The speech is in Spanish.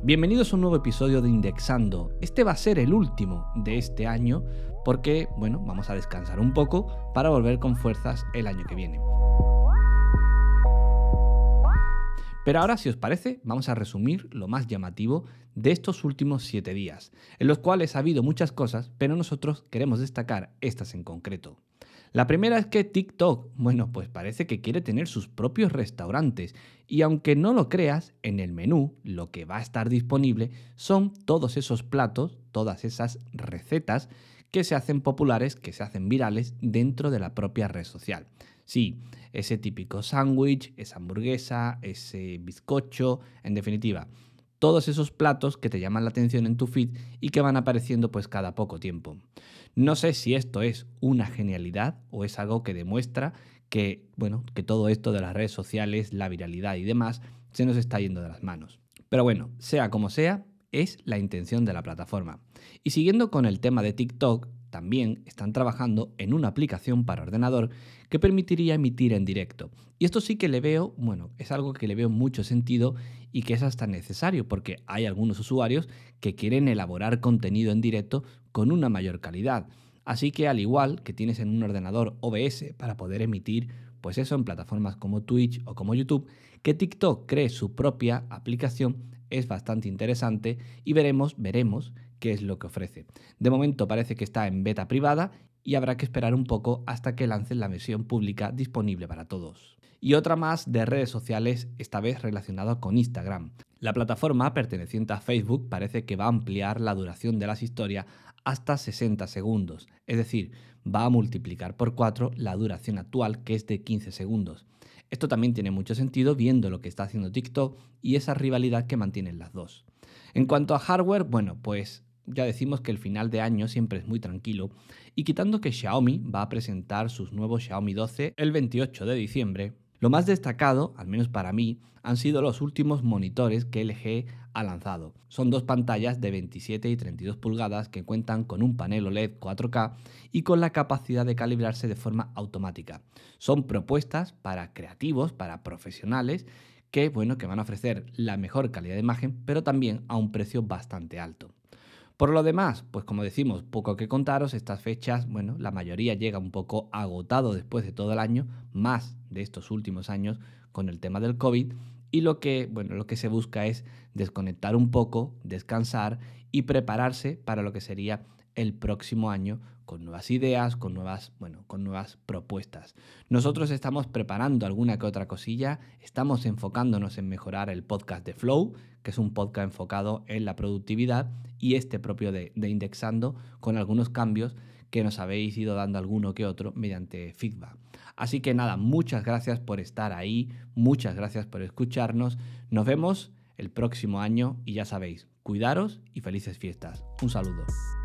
Bienvenidos a un nuevo episodio de Indexando. Este va a ser el último de este año porque, vamos a descansar un poco para volver con fuerzas el año que viene. Pero ahora, si os parece, vamos a resumir lo más llamativo de estos últimos 7 días, en los cuales ha habido muchas cosas, pero nosotros queremos destacar estas en concreto. La primera es que TikTok, pues parece que quiere tener sus propios restaurantes y aunque no lo creas, en el menú lo que va a estar disponible son todos esos platos, todas esas recetas que se hacen populares, que se hacen virales dentro de la propia red social. Sí, ese típico sándwich, esa hamburguesa, ese bizcocho, en definitiva, todos esos platos que te llaman la atención en tu feed y que van apareciendo cada poco tiempo. No sé si esto es una genialidad o es algo que demuestra que todo esto de las redes sociales, la viralidad y demás, se nos está yendo de las manos. Pero bueno, sea como sea, es la intención de la plataforma. Y siguiendo con el tema de TikTok, también están trabajando en una aplicación para ordenador que permitiría emitir en directo. Y esto sí que le veo, es algo que le veo mucho sentido y que es hasta necesario porque hay algunos usuarios que quieren elaborar contenido en directo con una mayor calidad. Así que al igual que tienes en un ordenador OBS para poder emitir, pues eso en plataformas como Twitch o como YouTube, que TikTok cree su propia aplicación es bastante interesante y veremos qué es lo que ofrece. De momento parece que está en beta privada y habrá que esperar un poco hasta que lancen la versión pública disponible para todos. Y otra más de redes sociales, esta vez relacionada con Instagram. La plataforma perteneciente a Facebook parece que va a ampliar la duración de las historias hasta 60 segundos, es decir, va a multiplicar por 4 la duración actual, que es de 15 segundos. Esto también tiene mucho sentido viendo lo que está haciendo TikTok y esa rivalidad que mantienen las dos. En cuanto a hardware, pues ya decimos que el final de año siempre es muy tranquilo y quitando que Xiaomi va a presentar sus nuevos Xiaomi 12 el 28 de diciembre, lo más destacado, al menos para mí, han sido los últimos monitores que LG ha lanzado. Son dos pantallas de 27 y 32 pulgadas que cuentan con un panel OLED 4K y con la capacidad de calibrarse de forma automática. Son propuestas para creativos, para profesionales, que van a ofrecer la mejor calidad de imagen, pero también a un precio bastante alto. Por lo demás, pues como decimos, poco que contaros, estas fechas, la mayoría llega un poco agotado después de todo el año, más de estos últimos años con el tema del COVID, y lo que se busca es desconectar un poco, descansar y prepararse para lo que sería el próximo año con nuevas ideas, con nuevas propuestas. Nosotros estamos preparando alguna que otra cosilla, estamos enfocándonos en mejorar el podcast de Flow, que es un podcast enfocado en la productividad, y este propio de Indexando, con algunos cambios que nos habéis ido dando alguno que otro mediante feedback. Así que nada, muchas gracias por estar ahí, muchas gracias por escucharnos, nos vemos el próximo año y ya sabéis, cuidaros y felices fiestas. Un saludo.